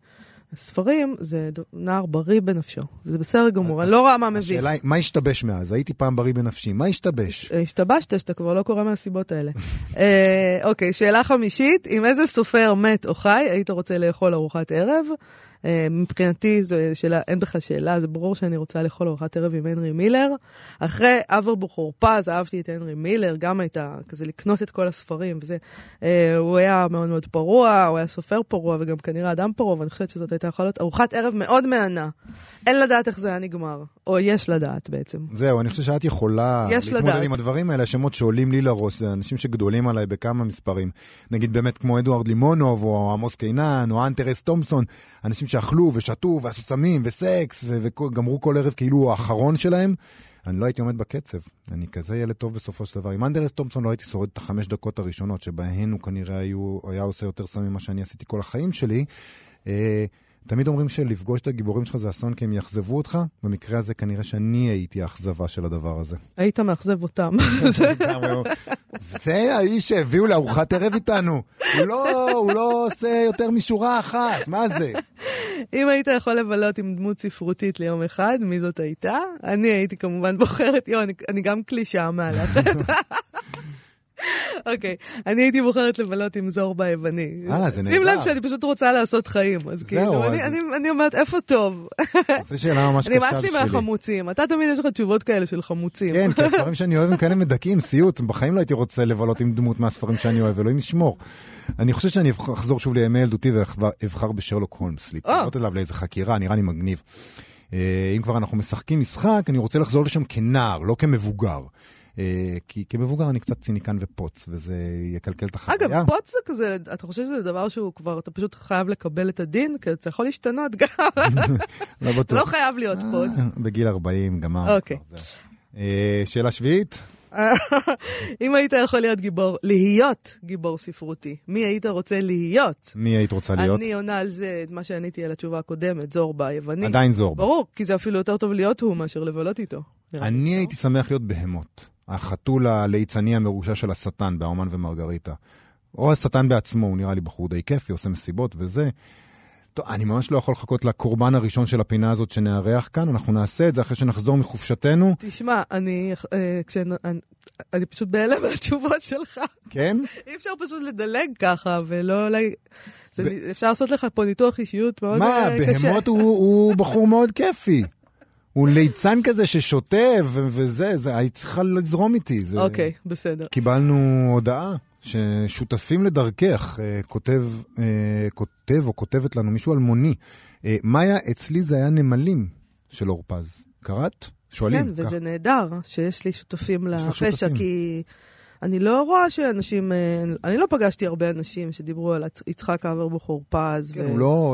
ספרים, זה נער בריא בנפשו. זה בסדר גמור, אני לא רואה מה מביך. השאלה היא, מה השתבש מאז? הייתי פעם בריא בנפשי. מה השתבש? השתבשת, שאתה כבר לא קורא מהסיבות האלה. אוקיי, שאלה חמישית, עם איזה סופר מת או חי היית רוצה לאכול ארוחת ערב? מבחינתי, אין בכלל שאלה, זה ברור שאני רוצה לאכול ארוחת ערב עם הנרי מילר. אחרי אברבוך פז, אהבתי את הנרי מילר, גם הייתה כזה לקנות את כל הספרים וזה. הוא היה מאוד מאוד פרוע, הוא היה סופר פרוע וגם כנראה אדם פרוע, ואני חושבת שזאת הייתה יכולה להיות ארוחת ערב מאוד מענה. אין לדעת איך זה היה נגמר, או יש לדעת בעצם. זהו, אני חושבת שאת יכולה להתמודד עם הדברים האלה, השמות שעולים לי לראש, זה אנשים שגדולים עליי בכמה מספרים. נגיד באמת כמו אדוארד לימונוב, או עמוס קיינן, או אנטרס תומפסון, אנשים שאכלו ושתו ועשו סמים וסקס וגמרו כל ערב כאילו הוא האחרון שלהם. אני לא הייתי עומד בקצב. אני כזה ילד טוב בסופו של דבר. עם אנדרס תומפסון לא הייתי שורד את 5 דקות הראשונות שבהן הוא כנראה היה עושה יותר סמים ממה שאני עשיתי כל החיים שלי. תמיד אומרים שלפגוש את הגיבורים שלך זה אסון כי הם יאכזבו אותך. במקרה הזה כנראה שאני הייתי האכזבה של הדבר הזה. היית מאכזב אותם. זה האיש שהביאו לארוחת ערב איתנו. הוא לא עושה יותר משורה אחת. מה זה? אם היית יכול לבלות עם דמות ספרותית ליום אחד, מי זאת הייתה? אני הייתי כמובן בוחרת, אני גם קלישה מהלכת. אוקיי, אני הייתי בוחרת לבלות עם זורבה היווני. זה נהדר. שים לב שאני פשוט רוצה לעשות חיים, אז כאילו, אני אומרת, איפה טוב? זו שאלה ממש קשה בשבילי. נמאס לי מהחמוצים, אתה תמיד יש לך תשובות כאלה של חמוצים. כן, כי הספרים שאני אוהב הם כאלה מדכאים, סיוט, בחיים לא הייתי רוצה לבלות עם דמות מהספרים שאני אוהב, אלוהים ישמור. אני חושב שאני אחזור שוב לימי ילדותי ואבחר בשרלוק הולמס, להתקנות אליו לאיזה חקירה, נראה לי מגניב. אם כבר אנחנו משחקים משחק, אני רוצה לחזור לשם כנער, לא כמבוגר. כי כמבוגר אני קצת ציניקן ופוץ, וזה יקלקל את החוויה. אגב, פוץ זה כזה, אתה חושב שזה דבר שהוא כבר, אתה פשוט חייב לקבל את הדין, כי אתה יכול להשתנות גם. לא חייב להיות פוץ. בגיל 40, גמר. אוקיי. שאלה שביעית? אם היית יכול להיות גיבור ספרותי, מי היית רוצה להיות? מי היית רוצה להיות? אני עונה על זה, את מה שעניתי על התשובה הקודמת, זורבה היווני. עדיין זורבה. ברור, כי זה אפילו יותר טוב להיות הוא מאשר לבלות איתו. אני הייתי שמח להיות בהמות. החתול הליצני המרושע של השטן, באומן ומרגריטה. או השטן בעצמו, הוא נראה לי בחור די כיפי, עושה מסיבות וזה. טוב, אני ממש לא יכול לחכות לקורבן הראשון של הפינה הזאת שנארח כאן, אנחנו נעשה את זה אחרי שנחזור מחופשתנו. תשמע, אני פשוט בהלם מהתשובות שלך. כן? אי אפשר פשוט לדלג ככה, ולא... אפשר לעשות לך פה ניתוח אישיות מאוד קשה. בהמות הוא בחור מאוד כיפי. הוא ליצן כזה ששוטה וזה, היית צריכה לזרום איתי. אוקיי, בסדר. קיבלנו הודעה ששותפים לדרכך, כותב או כותבת לנו מישהו אלמוני. מאיה, אצלי זה היה נמלים של אורפז. קראת? שואלים. כן, וזה נהדר שיש לי שותפים לפשע, כי אני לא רואה שאנשים, אני לא פגשתי הרבה אנשים שדיברו על יצחק אברבוך אורפז. כן, הוא לא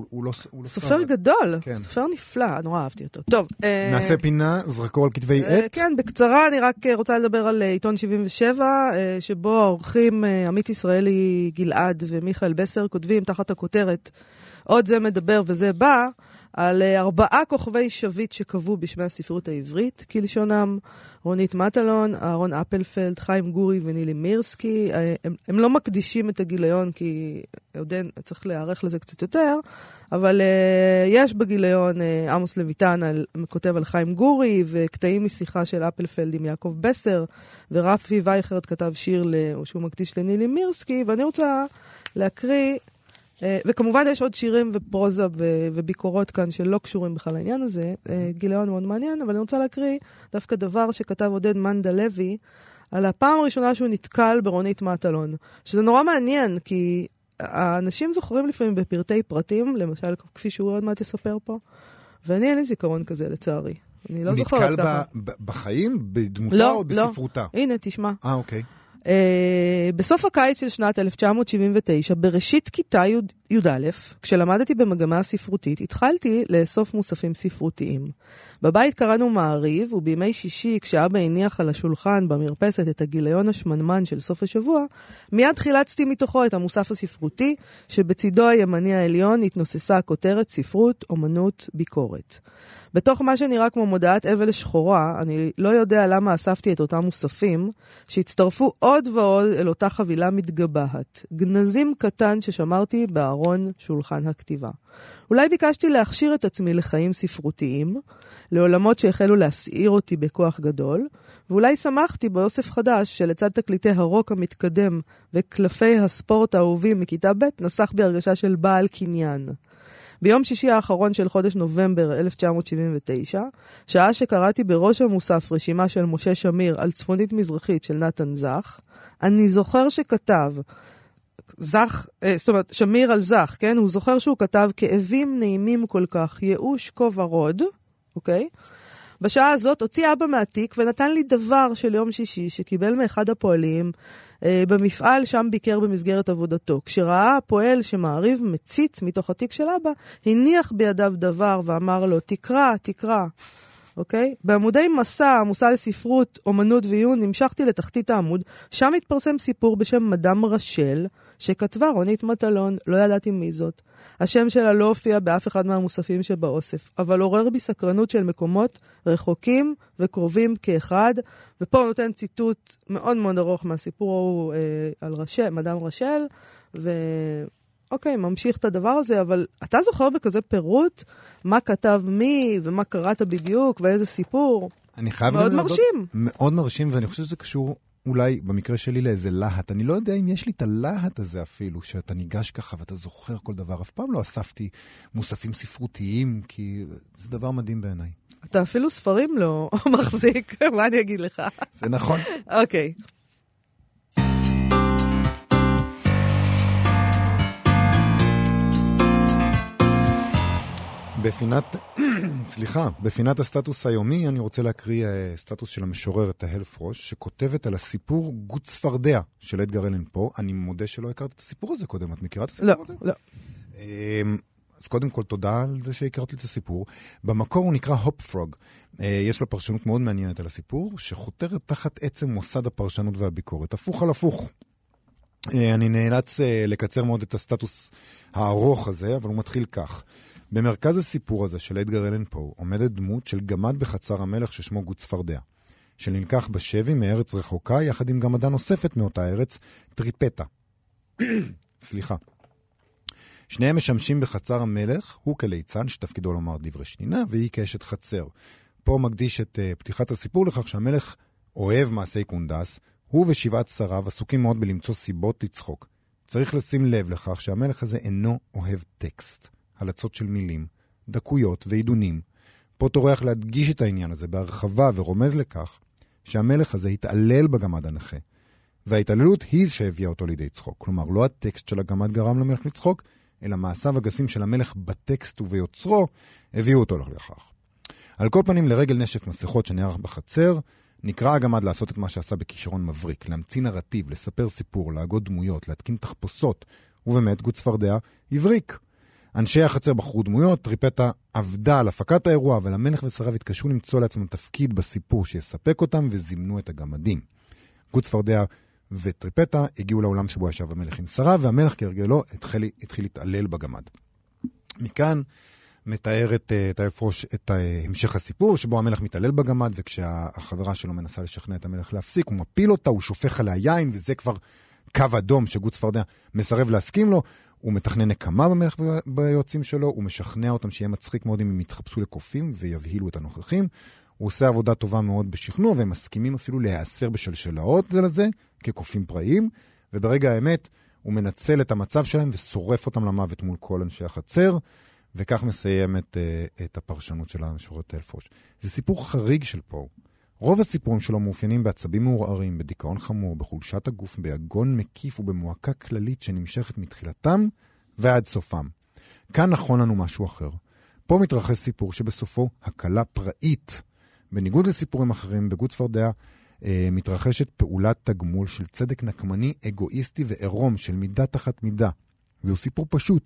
סופר גדול, סופר נפלא, נורא אהבתי אותו. טוב. נעשה פינה, זרקו על כתבי עת. כן, בקצרה, אני רק רוצה לדבר על עיתון 77, שבו האורחים עמית ישראלי גלעד ומיכאל בסר כותבים תחת הכותרת, עוד זה מדבר וזה בא, על 4 כוכבי שביט שקבעו בשמי הספרות העברית, כלשונם רונית מטלון, אהרון אפלפלד, חיים גורי ונילי מירסקי. הם לא מקדישים את הגיליון, כי עודן צריך להיערך לזה קצת יותר, אבל יש בגיליון עמוס לויטן כותב על חיים גורי, וקטעים משיחה של אפלפלד עם יעקב בסר, ורפי וייכרד כתב שיר שהוא מקדיש לנילי מירסקי, ואני רוצה להקריא, וכמובן יש עוד שירים ופרוזה וביקורות כאן שלא קשורים בכלל לעניין הזה, גיליון מאוד מעניין, אבל אני רוצה להקריא דווקא דבר שכתב עודד מנדה לוי, על הפעם הראשונה שהוא נתקל ברונית מטלון, שזה נורא מעניין, כי האנשים זוכרים לפעמים בפרטי פרטים, למשל כפי שהוא עוד מעט יספר פה, ואני אין לי זיכרון כזה לצערי. אני לא זוכרת ככה. נתקל בחיים? בדמותה או בספרותה? לא, הנה תשמע. אוקיי. בסוף הקיץ של שנת 1979, בראשית כיתה י"א, כשלמדתי במגמה הספרותית, התחלתי לאסוף מוספים ספרותיים. בבית קראנו מעריב, ובימי שישי, כשאבא הניח על השולחן במרפסת את הגיליון השמנמן של סוף השבוע, מיד חילצתי מתוכו את המוסף הספרותי, שבצידו הימני העליון התנוססה הכותרת ספרות, אומנות, ביקורת. בתוך מה שנראה כמו מודעת אבל שחורה, אני לא יודע למה אספתי את אותם מוספים, שהצטרפו עוד ועוד אל אותה חבילה מתגבהת. גנזים קטן ששמרתי בארון שולחן הכתיבה. אולי ביקשתי להכשיר את עצמי לחיים ספרותיים, לעולמות שהחלו להסעיר אותי בכוח גדול, ואולי שמחתי באוסף חדש שלצד תקליטי הרוק המתקדם וקלפי הספורט האהובים מכיתה ב' נסח בהרגשה של בעל קניין. ביום שישי האחרון של חודש נובמבר 1979, שעה שקראתי בראש המוסף רשימה של משה שמיר על צפונית מזרחית של נתן זך, אני זוכר שכתב, זאת אומרת, שמיר על זך, כן? הוא זוכר שהוא כתב כאבים נעימים כל כך, ייאוש כה ורוד, אוקיי? בשעה הזאת הוציא אבא מהתיק ונתן לי דבר של יום שישי שקיבל מאחד הפועלים במפעל שם ביקר במסגרת עבודתו. כשראה הפועל שמעריב מציץ מתוך התיק של אבא, הניח בידיו דבר ואמר לו, תקרא. אוקיי? בעמודי מסע, המושא לספרות, אומנות ועיון, נמשכתי לתחתית העמוד, שם התפרסם סיפור בשם מדאם רשל, שכתבה רונית מטלון, לא ידעתי מי זאת. השם שלה לא הופיע באף אחד מהמוספים שבאוסף, אבל עורר בי סקרנות של מקומות רחוקים וקרובים כאחד, ופה הוא נותן ציטוט מאוד מאוד ארוך מהסיפור ההוא על מדאם רשל, אוקיי, ממשיך את הדבר הזה, אבל אתה זוכר בכזה פירוט מה כתב מי ומה קראת בדיוק ואיזה סיפור? אני חייב מאוד מרשים. מאוד מרשים, ואני חושב שזה קשור אולי במקרה שלי לאיזה להט. אני לא יודע אם יש לי את הלהט הזה אפילו, שאתה ניגש ככה ואתה זוכר כל דבר. אף פעם לא אספתי מוספים ספרותיים, כי זה דבר מדהים בעיניי. אתה אפילו ספרים לא מחזיק, מה אני אגיד לך? זה נכון. אוקיי. בפינת הסטטוס היומי, אני רוצה להקריא סטטוס של המשוררת תהל פרוש, שכותבת על הסיפור גות צפרדע של אדגר אלן פה. אני מודה שלא הכרת את הסיפור הזה קודם. את מכירה את הסיפור הזה? לא. אז קודם כל תודה על זה שהכרת לי את הסיפור. במקור הוא נקרא הופ פרוג. יש לו פרשנות מאוד מעניינת על הסיפור, שחותרת תחת עצם מוסד הפרשנות והביקורת. הפוך על הפוך. אני נאלץ לקצר מאוד את הסטטוס הארוך הזה, אבל הוא מתחיל כך. במרכז הסיפור הזה של אדגר אלן פה עומדת דמות של גמד בחצר המלך ששמו גות צפרדע, שנלקח בשבי מארץ רחוקה יחד עם גמדה נוספת מאותה ארץ, טריפטה. סליחה. שניהם משמשים בחצר המלך, הוא כליצן שתפקידו לומר דברי שנינה, והיא כאשת חצר. פה מקדיש את פתיחת הסיפור לכך שהמלך אוהב מעשי קונדס, הוא ושבעת שריו עסוקים מאוד בלמצוא סיבות לצחוק. צריך לשים לב לכך שהמלך הזה אינו אוהב טקסט. הלצות של מילים, דקויות ועידונים. פה תורח להדגיש את העניין הזה בהרחבה ורומז לכך שהמלך הזה התעלל בגמד הנכה. וההתעללות היא שהביאה אותו לידי צחוק. כלומר, לא הטקסט של הגמד גרם למלך לצחוק, אלא מעשיו הגסים של המלך בטקסט וביוצרו הביאו אותו לכך. על כל פנים, לרגל נשף מסכות שנערך בחצר, נקרא הגמד לעשות את מה שעשה בכישרון מבריק, להמציא נרטיב, לספר סיפור, להגות דמויות, להתקין תחפושות, ובאמת גות צפרדע הבריק. אנשי החצר בחרו דמויות, טריפטה עבדה על הפקת האירוע, אבל המלך ושריו התקשו למצוא לעצמם תפקיד בסיפור שיספק אותם וזימנו את הגמדים. גות צפרדע וטריפטה הגיעו לעולם שבו ישב המלך עם שריו, והמלך כהרגלו התחיל להתעלל בגמד. מכאן מתארת תהל פרוש את המשך הסיפור, שבו המלך מתעלל בגמד, וכשהחברה שלו מנסה לשכנע את המלך להפסיק, הוא מפיל אותה, הוא שופך עליה יין, וזה כבר קו אדום שגות צפרדע מסרב להסכים לו. הוא מתכנן נקמה במלך וביועצים שלו, הוא משכנע אותם שיהיה מצחיק מאוד אם הם יתחפשו לקופים ויבהילו את הנוכחים. הוא עושה עבודה טובה מאוד בשכנוע, והם מסכימים אפילו להיאסר בשלשלאות זה לזה, כקופים פראיים, וברגע האמת הוא מנצל את המצב שלהם ושורף אותם למוות מול כל אנשי החצר, וכך מסיים את הפרשנות של המשוררת תהל פרוש. זה סיפור חריג של פה. רוב הסיפורים שלו מאופיינים בעצבים מעורערים, בדיכאון חמור, בחולשת הגוף, ביגון מקיף ובמועקה כללית שנמשכת מתחילתם ועד סופם. כאן נכון לנו משהו אחר. פה מתרחש סיפור שבסופו הקלה פראית. בניגוד לסיפורים אחרים, בגות צפרדע מתרחשת פעולת תגמול של צדק נקמני, אגואיסטי ועירום של מידה תחת מידה. זהו סיפור פשוט,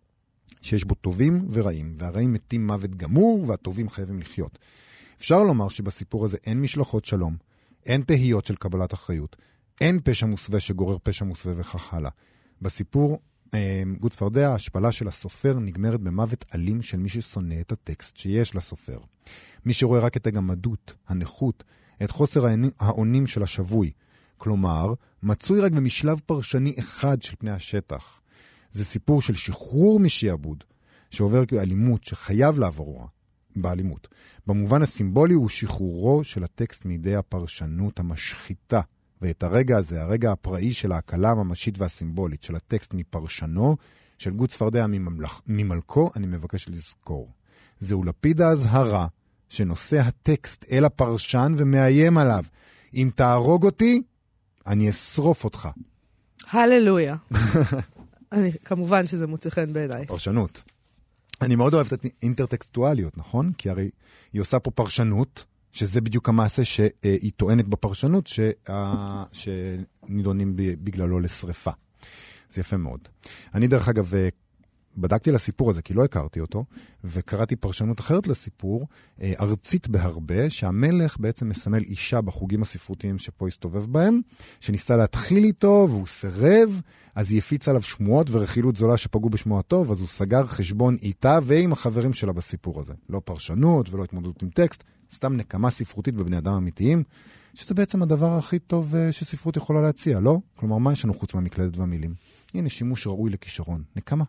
שיש בו טובים ורעים, והרעים מתים מוות גמור והטובים חייבים לחיות. אפשר לומר שבסיפור הזה אין משלחות שלום, אין תהיות של קבלת אחריות, אין פשע מוסווה שגורר פשע מוסווה וכך הלאה. בסיפור גות צפרדע, ההשפלה של הסופר נגמרת במוות אלים של מי ששונא את הטקסט שיש לסופר. מי שרואה רק את הגמדות, הנכות, את חוסר האונים של השבוי. כלומר, מצוי רק במשלב פרשני אחד של פני השטח. זה סיפור של שחרור משעבוד, שעובר כאלימות, שחייב לעבור באלימות. במובן הסימבולי הוא שחרורו של הטקסט מידי הפרשנות המשחיתה. ואת הרגע הזה, הרגע הפראי של ההקלה הממשית והסימבולית של הטקסט מפרשנו, של גות צפרדע ממלכו, אני מבקש לזכור. זהו לפיד ההזהרה שנושא הטקסט אל הפרשן ומאיים עליו. אם תהרוג אותי, אני אשרוף אותך. הללויה. כמובן שזה מוצא חן בעיניי. פרשנות. אני מאוד אוהבת את אינטרטקסטואליות, נכון? כי הרי היא עושה פה פרשנות, שזה בדיוק המעשה שהיא טוענת בפרשנות שנידונים בגללו לשריפה. זה יפה מאוד. אני דרך אגב בדקתי לסיפור הזה כי לא הכרתי אותו, וקראתי פרשנות אחרת לסיפור, ארצית בהרבה, שהמלך בעצם מסמל אישה בחוגים הספרותיים שפה הסתובב בהם, שניסה להתחיל איתו והוא סירב, אז היא הפיצה עליו שמועות ורכילות זולה שפגעו בשמועתו, אז הוא סגר חשבון איתה ועם החברים שלה בסיפור הזה. לא פרשנות ולא התמודדות עם טקסט, סתם נקמה ספרותית בבני אדם אמיתיים, שזה בעצם הדבר הכי טוב שספרות יכולה להציע, לא? כלומר, מה יש לנו חוץ מהמקלדת והמילים? הנה, שימוש ראוי לכישרון. נקמה.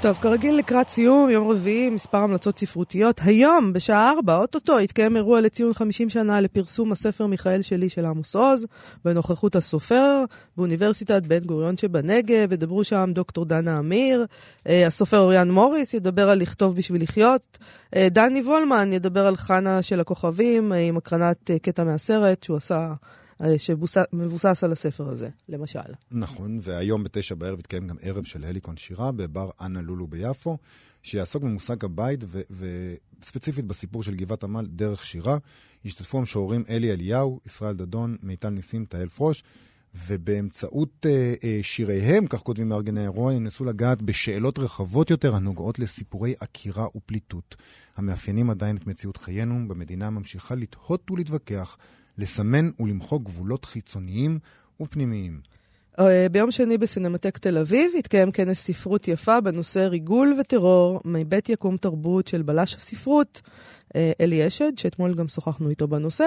טוב, כרגיל לקראת סיום, יום רביעי, מספר המלצות ספרותיות. היום, בשעה 4, אוטוטו, התקיים אירוע לציון 50 שנה לפרסום הספר מיכאל שלי של עמוס עוז, בנוכחות הסופר, באוניברסיטת בן גוריון שבנגב, ודברו שם דוקטור דנה אמיר, הסופר אוריאן מוריס ידבר על לכתוב בשביל לחיות, דני וולמן ידבר על חנה של הכוכבים, עם הקרנת קטע מהסרט שהוא עשה, שמבוסס על הספר הזה, למשל. נכון, והיום ב9 בערב התקיים גם ערב של הליקון שירה בבר אנה לולו ביפו, שיעסוק במושג הבית וספציפית בסיפור של גבעת עמל דרך שירה. השתתפו המשוררים אלי אליהו, ישראל דדון, מיטל ניסים, תהל פרוש, ובאמצעות שיריהם, כך כותבים מארגני האירוע, ינסו לגעת בשאלות רחבות יותר הנוגעות לסיפורי עקירה ופליטות. המאפיינים עדיין את מציאות חיינו, במדינה ממשיכה לתהות ולהתווכח, לסמן ולמחוק גבולות חיצוניים ופנימיים. ביום שני בסינמטק תל אביב התקיים כנס ספרות יפה בנושא ריגול וטרור מבית יקום תרבות של בלש הספרות אלי אשד, שאתמול גם שוחחנו איתו בנושא.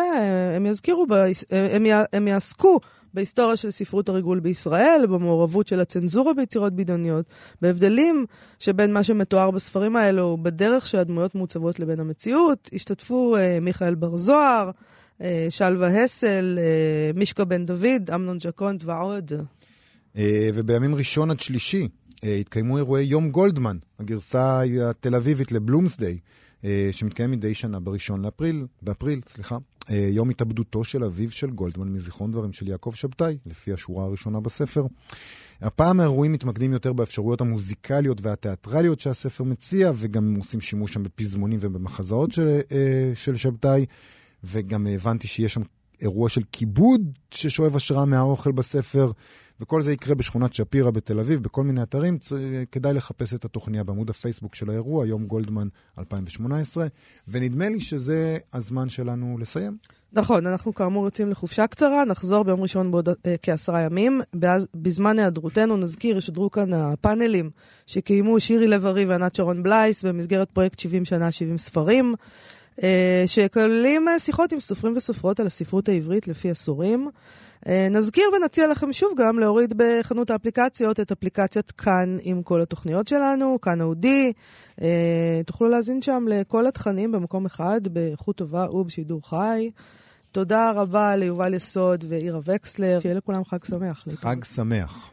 הם יעסקו בהיסטוריה של ספרות הריגול בישראל, במעורבות של הצנזורה ביצירות בדיוניות, בהבדלים שבין מה שמתואר בספרים האלו, בדרך שהדמויות מעוצבות לבין המציאות. השתתפו מיכאל בר זוהר, שלווה הסל, מישקה בן דוד, אמנון ג'קונט ועוד. ובימים ראשון עד שלישי התקיימו אירועי יום גולדמן, הגרסה התל אביבית לבלומסדיי, שמתקיים מדי שנה באפריל, יום התאבדותו של אביו של גולדמן מזיכרון דברים של יעקב שבתאי, לפי השורה הראשונה בספר. הפעם האירועים מתמקדים יותר באפשרויות המוזיקליות והתיאטרליות שהספר מציע, וגם עושים שימוש שם בפזמונים ובמחזאות של שבתאי, וגם הבנתי שיש שם אירוע של כיבוד ששואב השראה מהאוכל בספר, וכל זה יקרה בשכונת שפירה בתל אביב, בכל מיני אתרים. כדאי לחפש את התוכניה בעמוד הפייסבוק של האירוע, יום גולדמן 2018, ונדמה לי שזה הזמן שלנו לסיים. נכון, אנחנו כאמור יוצאים לחופשה קצרה, נחזור ביום ראשון בעוד כ10 ימים, בזמן היעדרותנו נזכיר, ישדרו כאן הפאנלים שקיימו שירי לב-ארי וענת שרון בלייס, במסגרת פרויקט 70 שנה 70 ספרים, שכוללים שיחות עם סופרים וסופרות על הספרות העברית לפי עשורים. נזכיר ונציע לכם שוב גם להוריד בחנות האפליקציות את אפליקציית כאן עם כל התוכניות שלנו, כאן אודי. תוכלו להזין שם לכל התכנים במקום אחד, באיכות טובה ובשידור חי. תודה רבה ליובל יסוד ואירה וקסלר. שיהיה לכולם חג שמח. חג שמח.